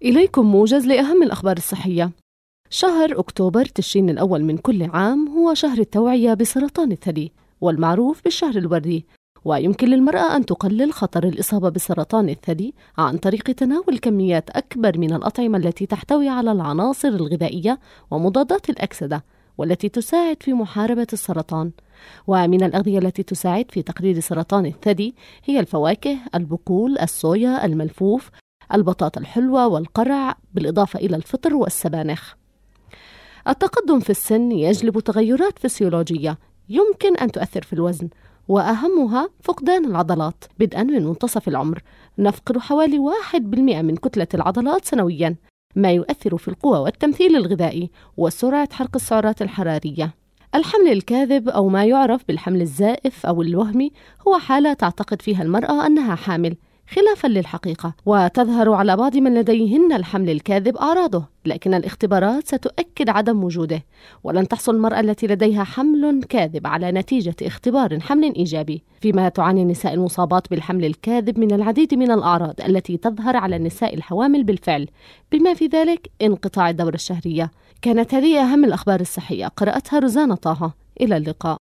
إليكم موجز لأهم الأخبار الصحية. شهر أكتوبر تشرين الأول من كل عام هو شهر التوعية بسرطان الثدي، والمعروف بالشهر الوردي، ويمكن للمرأة أن تقلل خطر الإصابة بسرطان الثدي عن طريق تناول كميات أكبر من الأطعمة التي تحتوي على العناصر الغذائية ومضادات الأكسدة، والتي تساعد في محاربة السرطان. ومن الأغذية التي تساعد في تقليل سرطان الثدي هي الفواكه، البقول، الصويا، الملفوف، البطاطا الحلوة والقرع، بالإضافة إلى الفطر والسبانخ. التقدم في السن يجلب تغيرات فسيولوجية يمكن أن تؤثر في الوزن، وأهمها فقدان العضلات. بدءا من منتصف العمر نفقد حوالي 1% من كتلة العضلات سنويا، ما يؤثر في القوة والتمثيل الغذائي وسرعة حرق السعرات الحرارية. الحمل الكاذب أو ما يعرف بالحمل الزائف أو الوهمي هو حالة تعتقد فيها المرأة أنها حامل خلافا للحقيقة، وتظهر على بعض من لديهن الحمل الكاذب أعراضه، لكن الاختبارات ستؤكد عدم وجوده. ولن تحصل المرأة التي لديها حمل كاذب على نتيجة اختبار حمل إيجابي، فيما تعاني النساء المصابات بالحمل الكاذب من العديد من الأعراض التي تظهر على النساء الحوامل بالفعل، بما في ذلك انقطاع الدورة الشهرية. كانت هذه أهم الأخبار الصحية، قرأتها روزانا طه. إلى اللقاء.